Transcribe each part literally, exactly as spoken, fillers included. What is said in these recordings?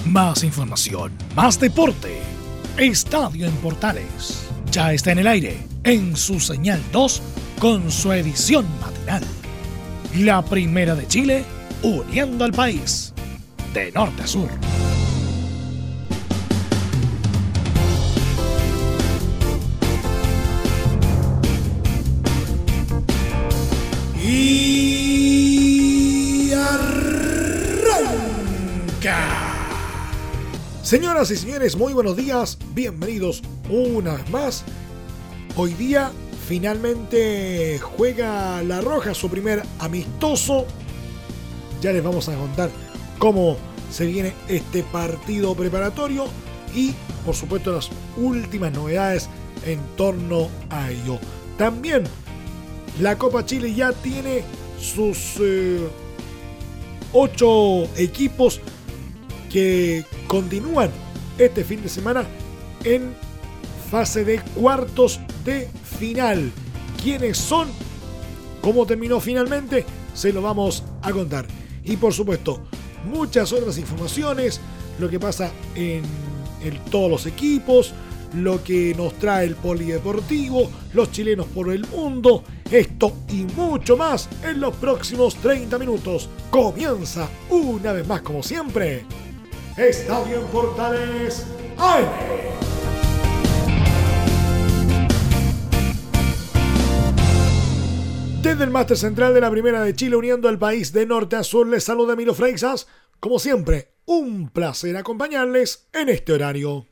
Más información, más deporte. Estadio en Portales ya está en el aire en su señal dos con su edición matinal. La primera de Chile, uniendo al país de norte a sur. Y arranca. Señoras y señores, muy buenos días, bienvenidos una vez más. Hoy día finalmente juega La Roja su primer amistoso. Ya les vamos a contar cómo se viene este partido preparatorio y por supuesto las últimas novedades en torno a ello. También la Copa Chile ya tiene sus eh, ocho equipos que continúan este fin de semana en fase de cuartos de final. ¿Quiénes son? ¿Cómo terminó finalmente? Se lo vamos a contar. Y por supuesto, muchas otras informaciones, lo que pasa en, en todos los equipos, lo que nos trae el polideportivo, los chilenos por el mundo, esto y mucho más en los próximos treinta minutos. Comienza una vez más, como siempre, Estadio en Portales A M. Desde el máster central de la Primera de Chile, uniendo al país de norte a sur, les saluda Emilio Freixas. Como siempre, un placer acompañarles en este horario.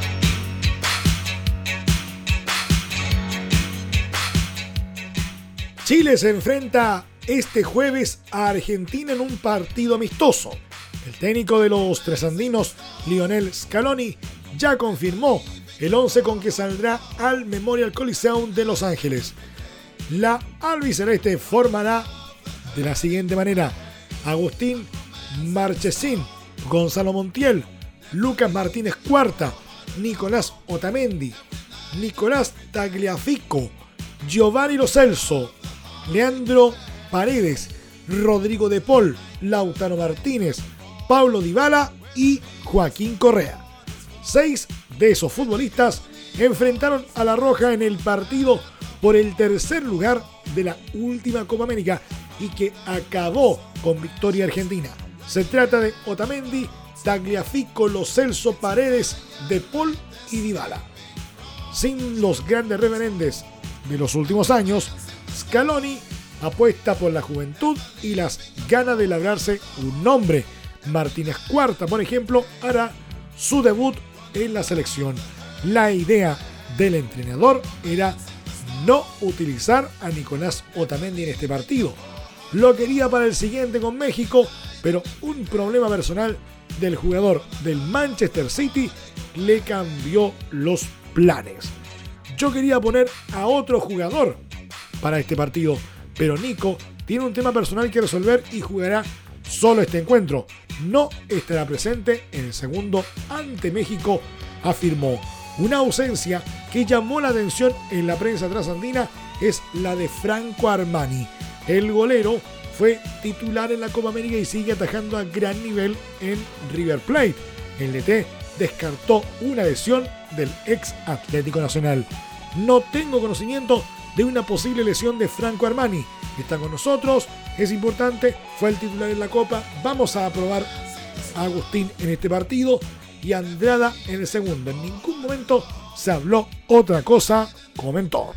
Chile se enfrenta este jueves a Argentina en un partido amistoso. El técnico de los tresandinos, Lionel Scaloni, ya confirmó el once con que saldrá al Memorial Coliseum de Los Ángeles. La albiceleste formará de la siguiente manera: Agustín Marchesín, Gonzalo Montiel, Lucas Martínez Cuarta, Nicolás Otamendi, Nicolás Tagliafico, Giovanni Lo Celso, Leandro Paredes, Rodrigo de Paul, Lautaro Martínez, Paulo Dybala y Joaquín Correa. Seis de esos futbolistas enfrentaron a La Roja en el partido por el tercer lugar de la última Copa América y que acabó con victoria argentina. Se trata de Otamendi, Tagliafico, Lo Celso, Paredes, De Paul y Dybala. Sin los grandes referentes de los últimos años, Scaloni apuesta por la juventud y las ganas de labrarse un nombre. Martínez Cuarta, por ejemplo, hará su debut en la selección. La idea del entrenador era no utilizar a Nicolás Otamendi en este partido. Lo quería para el siguiente con México, pero un problema personal del jugador del Manchester City le cambió los planes. Yo quería poner a otro jugador para este partido, pero Nico tiene un tema personal que resolver y jugará solo este encuentro. No estará presente en el segundo ante México, afirmó. Una ausencia que llamó la atención en la prensa trasandina es la de Franco Armani. El golero fue titular en la Copa América y sigue atajando a gran nivel en River Plate. El D T descartó una lesión del ex Atlético Nacional. No tengo conocimiento de una posible lesión de Franco Armani. Está con nosotros, es importante, fue el titular en la Copa. Vamos a probar a Agustín en este partido y Andrada en el segundo. En ningún momento se habló otra cosa, comentó.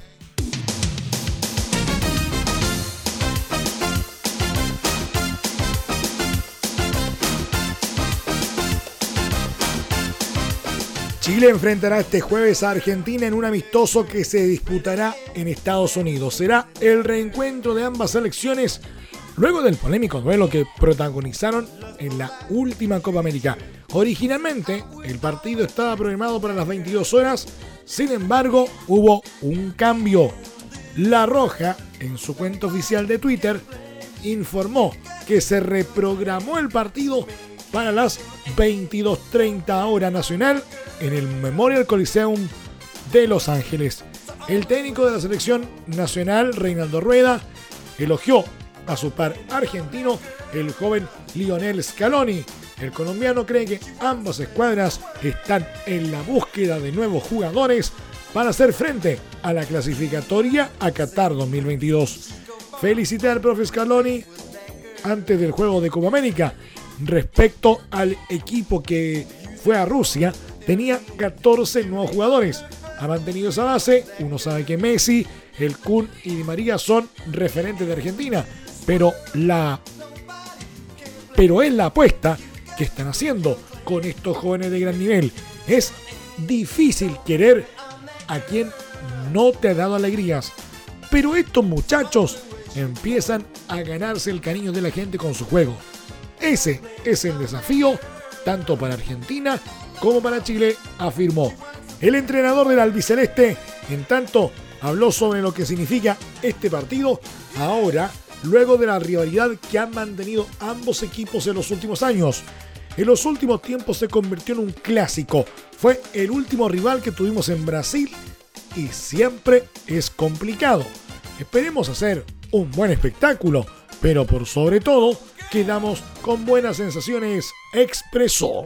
Chile enfrentará este jueves a Argentina en un amistoso que se disputará en Estados Unidos. Será el reencuentro de ambas selecciones luego del polémico duelo que protagonizaron en la última Copa América. Originalmente, el partido estaba programado para las veintidós horas, sin embargo, hubo un cambio. La Roja, en su cuenta oficial de Twitter, informó que se reprogramó el partido para las veintidós treinta hora nacional en el Memorial Coliseum de Los Ángeles. El técnico de la selección nacional, Reinaldo Rueda, elogió a su par argentino, el joven Lionel Scaloni, El colombiano cree que ambas escuadras están en la búsqueda de nuevos jugadores para hacer frente a la clasificatoria a Qatar dos mil veintidós. Felicité al profe Scaloni antes del juego de Copa América respecto al equipo que fue a Rusia. Tenía catorce nuevos jugadores. Ha mantenido esa base. Uno sabe que Messi, el Kun y Di María son referentes de Argentina, pero la pero es la apuesta que están haciendo con estos jóvenes de gran nivel. Es difícil querer a quien no te ha dado alegrías, pero estos muchachos empiezan a ganarse el cariño de la gente con su juego. Ese es el desafío tanto para Argentina como para Chile, afirmó. El entrenador del albiceleste, en tanto, habló sobre lo que significa este partido ahora, luego de la rivalidad que han mantenido ambos equipos en los últimos años. En los últimos tiempos se convirtió en un clásico. Fue el último rival que tuvimos en Brasil y siempre es complicado. Esperemos hacer un buen espectáculo, pero por sobre todo, quedamos con buenas sensaciones, expresó.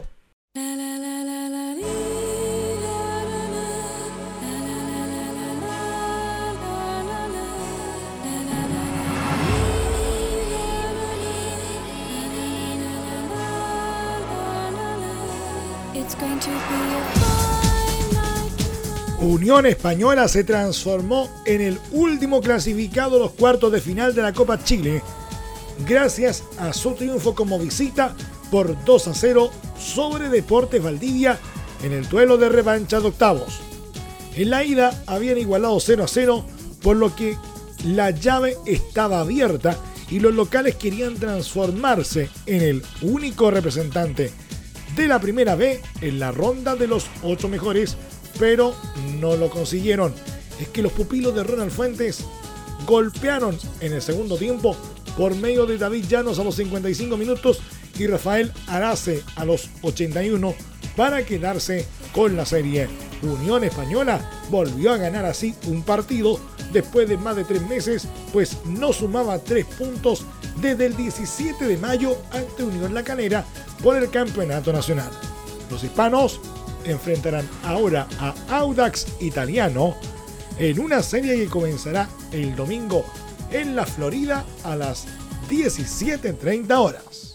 Unión Española se transformó en el último clasificado a los cuartos de final de la Copa Chile, gracias a su triunfo como visita por dos a cero sobre Deportes Valdivia en el duelo de revancha de octavos. En la ida habían igualado cero a cero, por lo que la llave estaba abierta y los locales querían transformarse en el único representante de la primera B en la ronda de los ocho mejores, pero no lo consiguieron. Es que los pupilos de Ronald Fuentes golpearon en el segundo tiempo por medio de David Llanos a los cincuenta y cinco minutos y Rafael Arace a los ochenta y uno para quedarse con la serie. Unión Española volvió a ganar así un partido después de más de tres meses, pues no sumaba tres puntos desde el diecisiete de mayo ante Unión La Calera por el campeonato nacional. Los hispanos enfrentarán ahora a Audax Italiano en una serie que comenzará el domingo en la Florida a las diecisiete treinta horas.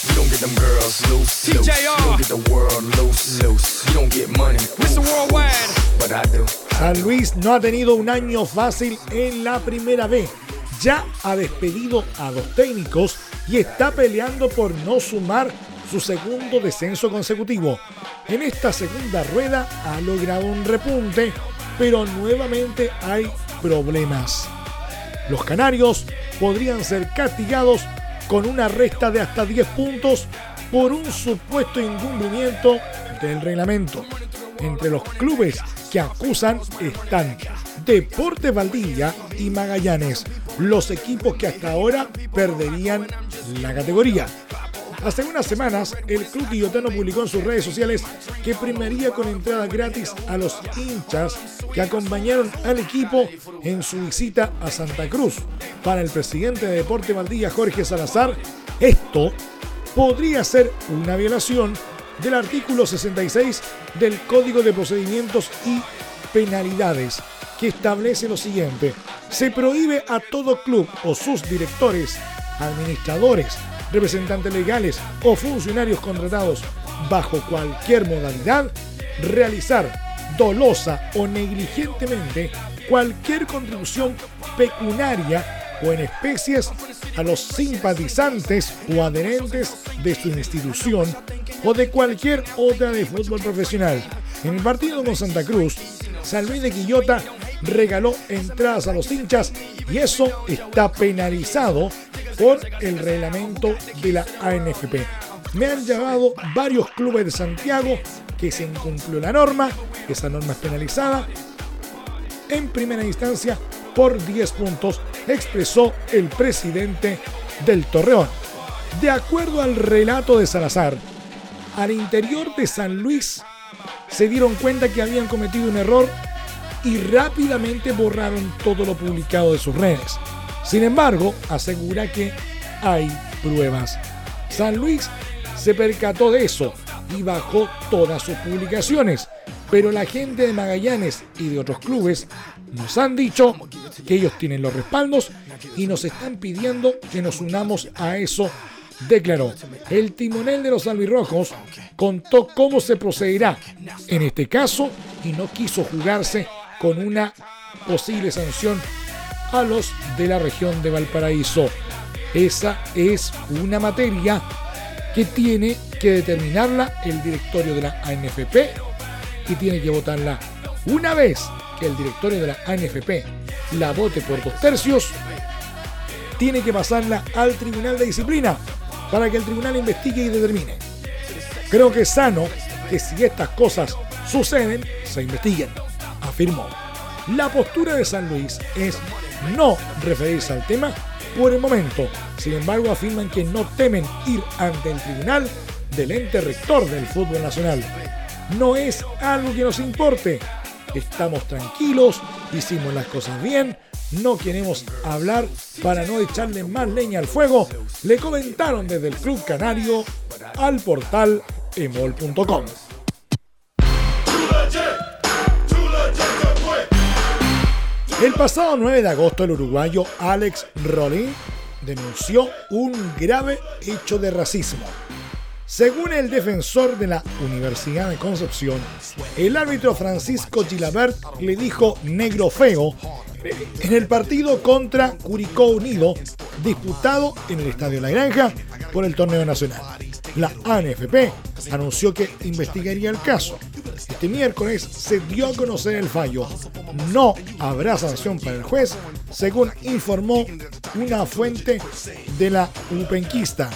San Luis no ha tenido un año fácil en la primera B. Ya ha despedido a dos técnicos y está peleando por no sumar su segundo descenso consecutivo. En esta segunda rueda ha logrado un repunte, pero nuevamente hay problemas. Los canarios podrían ser castigados con una resta de hasta diez puntos por un supuesto incumplimiento del reglamento. Entre los clubes que acusan están Deportes Valdivia y Magallanes, los equipos que hasta ahora perderían la categoría. Hace unas semanas, el club guillotano publicó en sus redes sociales que premiaría con entrada gratis a los hinchas que acompañaron al equipo en su visita a Santa Cruz. Para el presidente de Deportes Valdivia, Jorge Salazar, esto podría ser una violación del artículo sesenta y seis del Código de Procedimientos y Penalidades, que establece lo siguiente: se prohíbe a todo club o sus directores, administradores, representantes legales o funcionarios contratados bajo cualquier modalidad realizar dolosa o negligentemente cualquier contribución pecuniaria o en especies a los simpatizantes o adherentes de su institución o de cualquier otra de fútbol profesional. En el partido con Santa Cruz, San Luis de Quillota regaló entradas a los hinchas y eso está penalizado por el reglamento de la A N F P. Me han llamado varios clubes de Santiago que se incumplió la norma, esa norma es penalizada en primera instancia por diez puntos, expresó el presidente del Torreón. De acuerdo al relato de Salazar, al interior de San Luis se dieron cuenta que habían cometido un error y rápidamente borraron todo lo publicado de sus redes. Sin embargo, asegura que hay pruebas. San Luis se percató de eso y bajó todas sus publicaciones. Pero la gente de Magallanes y de otros clubes nos han dicho que ellos tienen los respaldos y nos están pidiendo que nos unamos a eso, declaró. El timonel de los albirrojos contó cómo se procederá en este caso y no quiso jugarse con una posible sanción a los de la región de Valparaíso. Esa es una materia que tiene que determinarla el directorio de la A N F P y tiene que votarla. Una vez que el directorio de la A N F P la vote por dos tercios, tiene que pasarla al Tribunal de Disciplina para que el tribunal investigue y determine. Creo que es sano que si estas cosas suceden, se investiguen, afirmó. La postura de San Luis es no referirse al tema por el momento. Sin embargo, afirman que no temen ir ante el tribunal del ente rector del fútbol nacional. No es algo que nos importe. Estamos tranquilos, hicimos las cosas bien, no queremos hablar para no echarle más leña al fuego, le comentaron desde el club canario al portal emol punto com. El pasado nueve de agosto, el uruguayo Alex Rolín denunció un grave hecho de racismo. Según el defensor de la Universidad de Concepción, el árbitro Francisco Gilabert le dijo negro feo en el partido contra Curicó Unido, disputado en el Estadio La Granja por el torneo nacional. La A N F P anunció que investigaría el caso. Este miércoles se dio a conocer el fallo. No habrá sanción para el juez, según informó una fuente de la upenquista.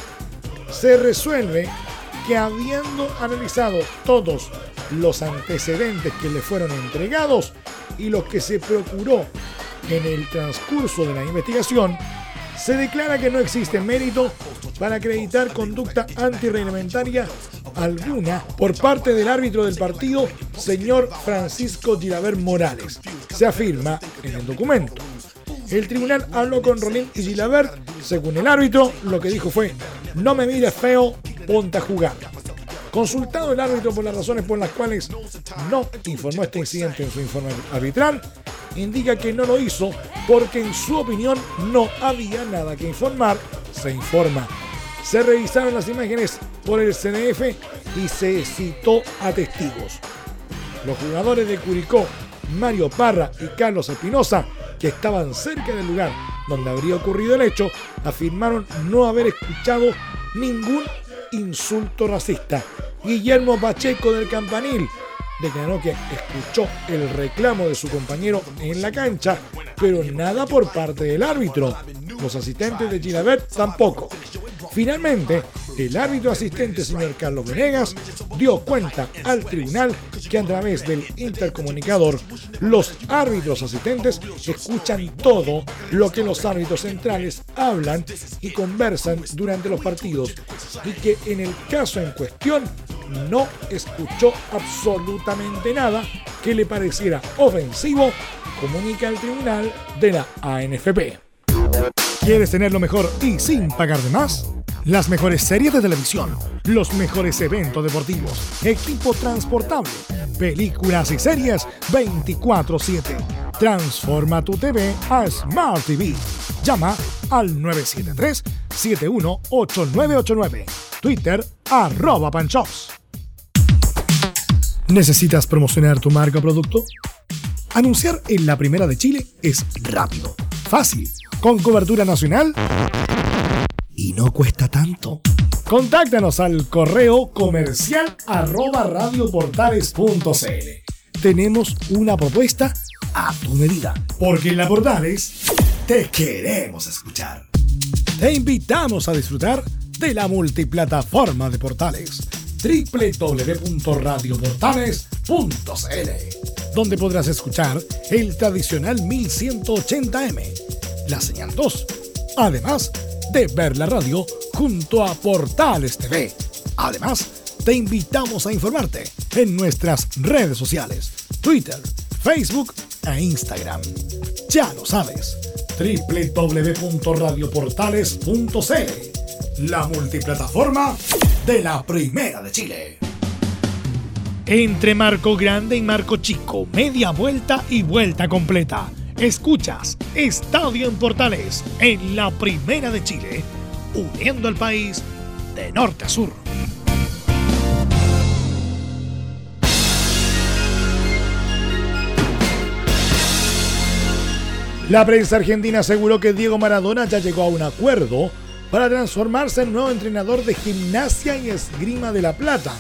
Se resuelve que habiendo analizado todos los antecedentes que le fueron entregados y los que se procuró en el transcurso de la investigación, se declara que no existe mérito para acreditar conducta antirreglamentaria alguna por parte del árbitro del partido, señor Francisco Gilabert Morales. Se afirma en el documento. El tribunal habló con Rolín y Gilabert. Según el árbitro, lo que dijo fue: no me mires feo, ponte a jugar. Consultado el árbitro por las razones por las cuales no informó este incidente en su informe arbitral, indica que no lo hizo porque en su opinión no había nada que informar. Se informa. Se revisaron las imágenes por el C N F y se citó a testigos. Los jugadores de Curicó, Mario Parra y Carlos Espinosa, que estaban cerca del lugar donde habría ocurrido el hecho, afirmaron no haber escuchado ningún insulto racista. Guillermo Pacheco del Campanil declaró que escuchó el reclamo de su compañero en la cancha, pero nada por parte del árbitro. Los asistentes de Gilabert tampoco. Finalmente, el árbitro asistente, señor Carlos Venegas, dio cuenta al tribunal que a través del intercomunicador los árbitros asistentes escuchan todo lo que los árbitros centrales hablan y conversan durante los partidos y que en el caso en cuestión no escuchó absolutamente nada que le pareciera ofensivo, comunica el tribunal de la A N F P. ¿Quieres tener lo mejor y sin pagar de más? Las mejores series de televisión, los mejores eventos deportivos, equipo transportable, películas y series veinticuatro siete. Transforma tu T V a Smart T V. Llama al nueve siete tres, siete uno ocho nueve ocho nueve. Twitter, arroba Panchops. ¿Necesitas promocionar tu marca o producto? Anunciar en la Primera de Chile es rápido, fácil, con cobertura nacional y no cuesta tanto. Contáctanos al correo comercial arroba radioportales punto cl. Tenemos una propuesta a tu medida, porque en la Portales te queremos escuchar. Te invitamos a disfrutar de la multiplataforma de Portales, doble u doble u doble u punto radio portales punto cl, donde podrás escuchar el tradicional mil ciento ochenta eme, la señal dos, además de ver la radio junto a Portales T V. Además, te invitamos a informarte en nuestras redes sociales, Twitter, Facebook e Instagram. Ya lo sabes, doble u doble u doble u punto radio portales punto cl, la multiplataforma de la Primera de Chile. Entre Marco Grande y Marco Chico, media vuelta y vuelta completa. Escuchas Estadio en Portales en la Primera de Chile, uniendo al país de norte a sur. La prensa argentina aseguró que Diego Maradona ya llegó a un acuerdo para transformarse en nuevo entrenador de Gimnasia y Esgrima de La Plata.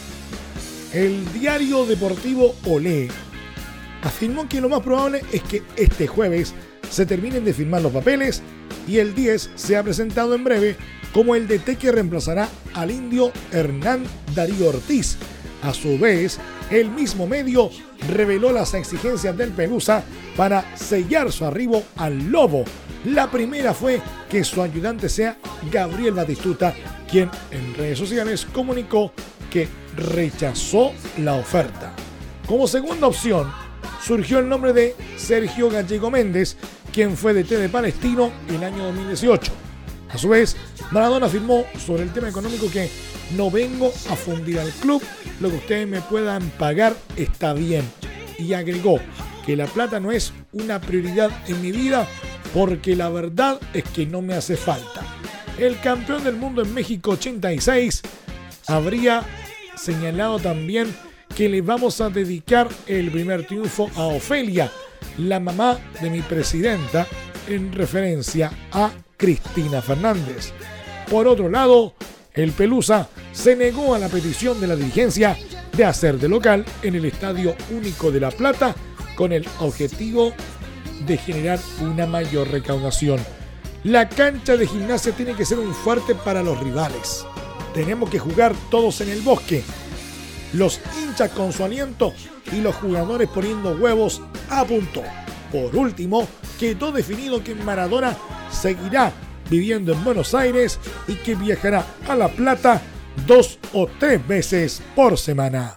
El diario deportivo Olé afirmó que lo más probable es que este jueves se terminen de firmar los papeles y el diez sea presentado en breve como el D T que reemplazará al indio Hernán Darío Ortiz. A su vez, el mismo medio reveló las exigencias del Pelusa para sellar su arribo al Lobo. La primera fue que su ayudante sea Gabriel Batistuta, quien en redes sociales comunicó que rechazó la oferta. Como segunda opción, surgió el nombre de Sergio Gallego Méndez, quien fue D T de Palestino el año dos mil dieciocho. A su vez, Maradona afirmó sobre el tema económico que no vengo a fundir al club, lo que ustedes me puedan pagar está bien. Y agregó que la plata no es una prioridad en mi vida porque la verdad es que no me hace falta. El campeón del mundo en México ochenta y seis habría señalado también que le vamos a dedicar el primer triunfo a Ofelia, la mamá de mi presidenta, en referencia a Cristina Fernández. Por otro lado, el Pelusa se negó a la petición de la dirigencia de hacer de local en el Estadio Único de La Plata con el objetivo de generar una mayor recaudación. La cancha de Gimnasia tiene que ser un fuerte para los rivales. Tenemos que jugar todos en el bosque. Los hinchas con su aliento y los jugadores poniendo huevos, apuntó. Por último, quedó definido que Maradona seguirá viviendo en Buenos Aires y que viajará a La Plata dos o tres veces por semana.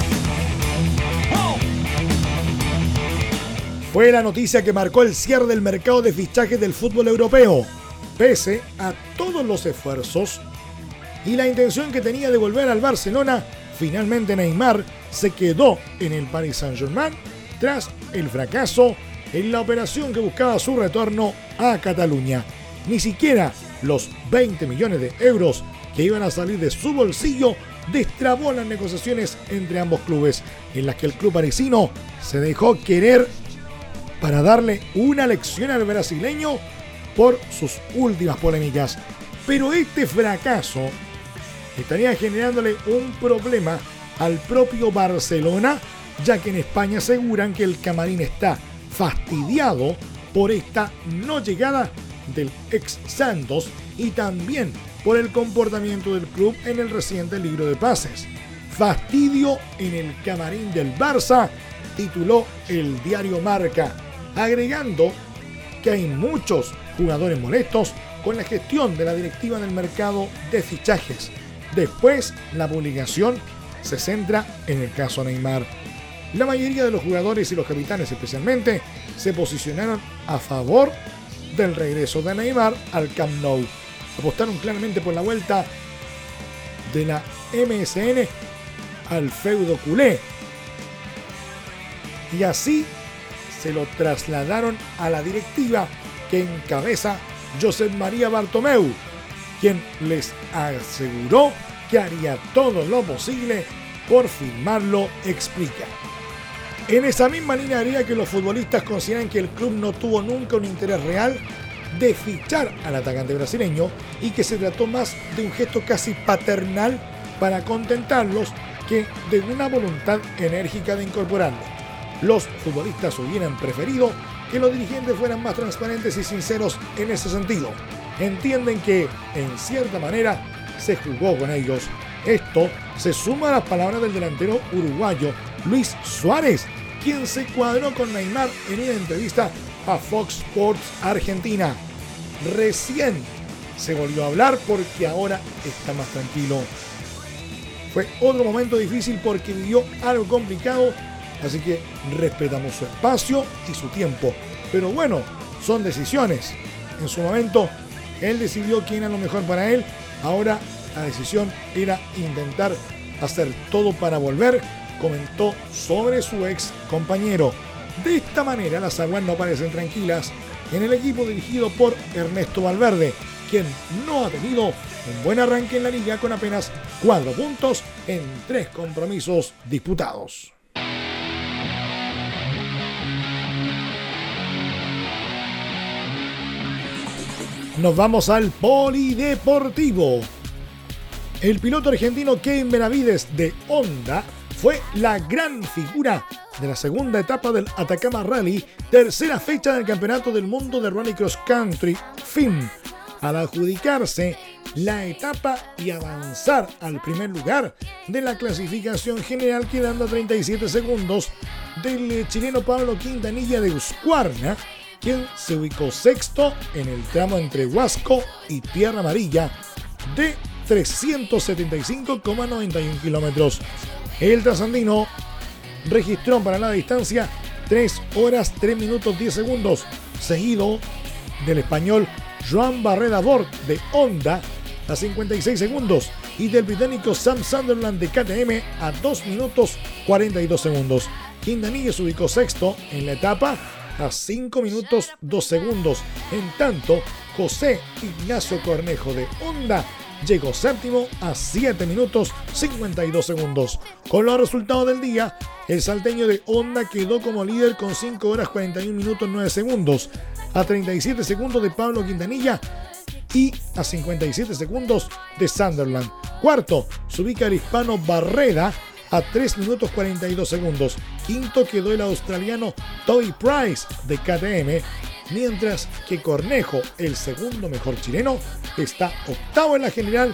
Fue la noticia que marcó el cierre del mercado de fichajes del fútbol europeo. Pese a todos los esfuerzos y la intención que tenía de volver al Barcelona, finalmente Neymar se quedó en el Paris Saint-Germain tras el fracaso en la operación que buscaba su retorno a Cataluña. Ni siquiera los veinte millones de euros que iban a salir de su bolsillo destrabó las negociaciones entre ambos clubes, en las que el club parisino se dejó querer para darle una lección al brasileño por sus últimas polémicas. Pero este fracaso estaría generándole un problema al propio Barcelona, ya que en España aseguran que el camarín está fastidiado por esta no llegada del ex Santos y también por el comportamiento del club en el reciente libro de pases. Fastidio en el camarín del Barça, tituló el diario Marca, agregando que hay muchos jugadores molestos con la gestión de la directiva del mercado de fichajes. Después, la publicación se centra en el caso Neymar. La mayoría de los jugadores y los capitanes especialmente se posicionaron a favor del regreso de Neymar al Camp Nou. Apostaron claramente por la vuelta de la M S N al feudo culé. Y así se lo trasladaron a la directiva que encabeza Josep María Bartomeu, quien les aseguró que haría todo lo posible por firmarlo, explica. En esa misma línea haría que los futbolistas consideran que el club no tuvo nunca un interés real de fichar al atacante brasileño y que se trató más de un gesto casi paternal para contentarlos que de una voluntad enérgica de incorporarlo. Los futbolistas hubieran preferido que los dirigentes fueran más transparentes y sinceros en ese sentido. Entienden que, en cierta manera, se jugó con ellos. Esto se suma a las palabras del delantero uruguayo Luis Suárez, quien se cuadró con Neymar en una entrevista a Fox Sports Argentina. Recién se volvió a hablar porque ahora está más tranquilo. Fue otro momento difícil porque vivió algo complicado, así que respetamos su espacio y su tiempo. Pero bueno, son decisiones. En su momento, él decidió quién era lo mejor para él. Ahora la decisión era intentar hacer todo para volver, comentó sobre su ex compañero. De esta manera las aguas no parecen tranquilas en el equipo dirigido por Ernesto Valverde, quien no ha tenido un buen arranque en la liga con apenas cuatro puntos en tres compromisos disputados. Nos vamos al polideportivo. El piloto argentino Kevin Benavides de Honda fue la gran figura de la segunda etapa del Atacama Rally, tercera fecha del Campeonato del Mundo de Rally Cross Country F I M, al adjudicarse la etapa y avanzar al primer lugar de la clasificación general, quedando a treinta y siete segundos del chileno Pablo Quintanilla de Husqvarna, quien se ubicó sexto en el tramo entre Huasco y Tierra Amarilla de trescientos setenta y cinco coma noventa y uno kilómetros. El trasandino registró para la distancia tres horas tres minutos diez segundos, seguido del español Joan Barreda Bort de Honda a cincuenta y seis segundos y del británico Sam Sunderland de K T M a dos minutos cuarenta y dos segundos. Quintanilla se ubicó sexto en la etapa a cinco minutos dos segundos. En tanto, José Ignacio Cornejo de Honda llegó séptimo a siete minutos cincuenta y dos segundos. Con los resultados del día, el salteño de Honda quedó como líder con cinco horas cuarenta y un minutos nueve segundos, a treinta y siete segundos de Pablo Quintanilla y a cincuenta y siete segundos de Sunderland. Cuarto se ubica el hispano Barreda a tres minutos cuarenta y dos segundos. Quinto quedó el australiano Toby Price de K T M, mientras que Cornejo, el segundo mejor chileno, está octavo en la general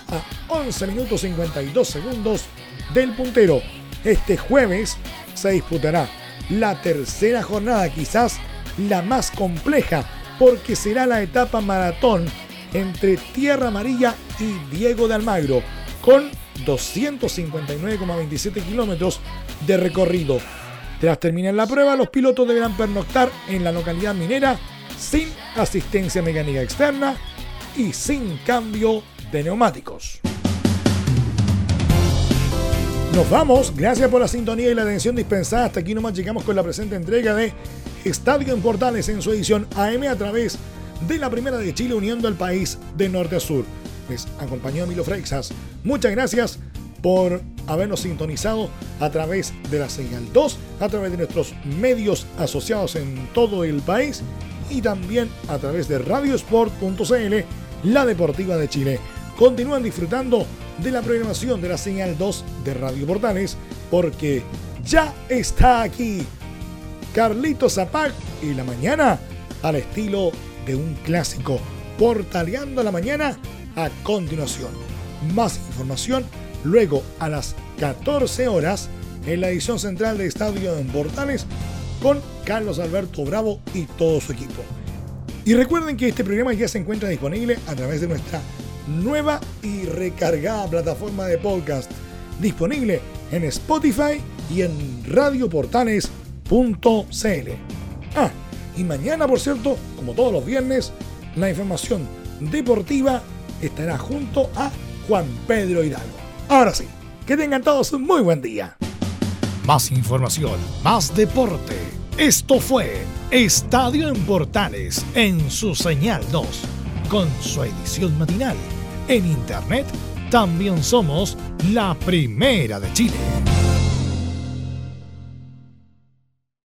a once minutos cincuenta y dos segundos del puntero. Este jueves se disputará la tercera jornada, quizás la más compleja, porque será la etapa maratón entre Tierra Amarilla y Diego de Almagro, con doscientos cincuenta y nueve coma veintisiete kilómetros de recorrido. Tras terminar la prueba, los pilotos deberán pernoctar en la localidad minera sin asistencia mecánica externa y sin cambio de neumáticos. Nos vamos, gracias por la sintonía y la atención dispensada. Hasta aquí nomás llegamos con la presente entrega de Estadio en Portales en su edición A M a través de la Primera de Chile, uniendo al país de norte a sur. Les acompañó Milo Freixas. Muchas gracias por habernos sintonizado a través de la señal dos, a través de nuestros medios asociados en todo el país y también a través de radiosport punto c l, la deportiva de Chile. Continúan disfrutando de la programación de la señal dos de Radio Portales, porque ya está aquí Carlitos Zapag y la mañana al estilo de un clásico, portaleando la mañana a continuación. Más información luego a las catorce horas en la edición central de Estadio en Portales con Carlos Alberto Bravo y todo su equipo. Y recuerden que este programa ya se encuentra disponible a través de nuestra nueva y recargada plataforma de podcast, disponible en Spotify y en radioportales punto c l. Ah, y mañana, por cierto, como todos los viernes, la información deportiva estará junto a Juan Pedro Hidalgo. Ahora sí, que tengan todos un muy buen día. Más información, más deporte. Esto fue Estadio en Portales en su señal dos, con su edición matinal. En internet también somos la Primera de Chile.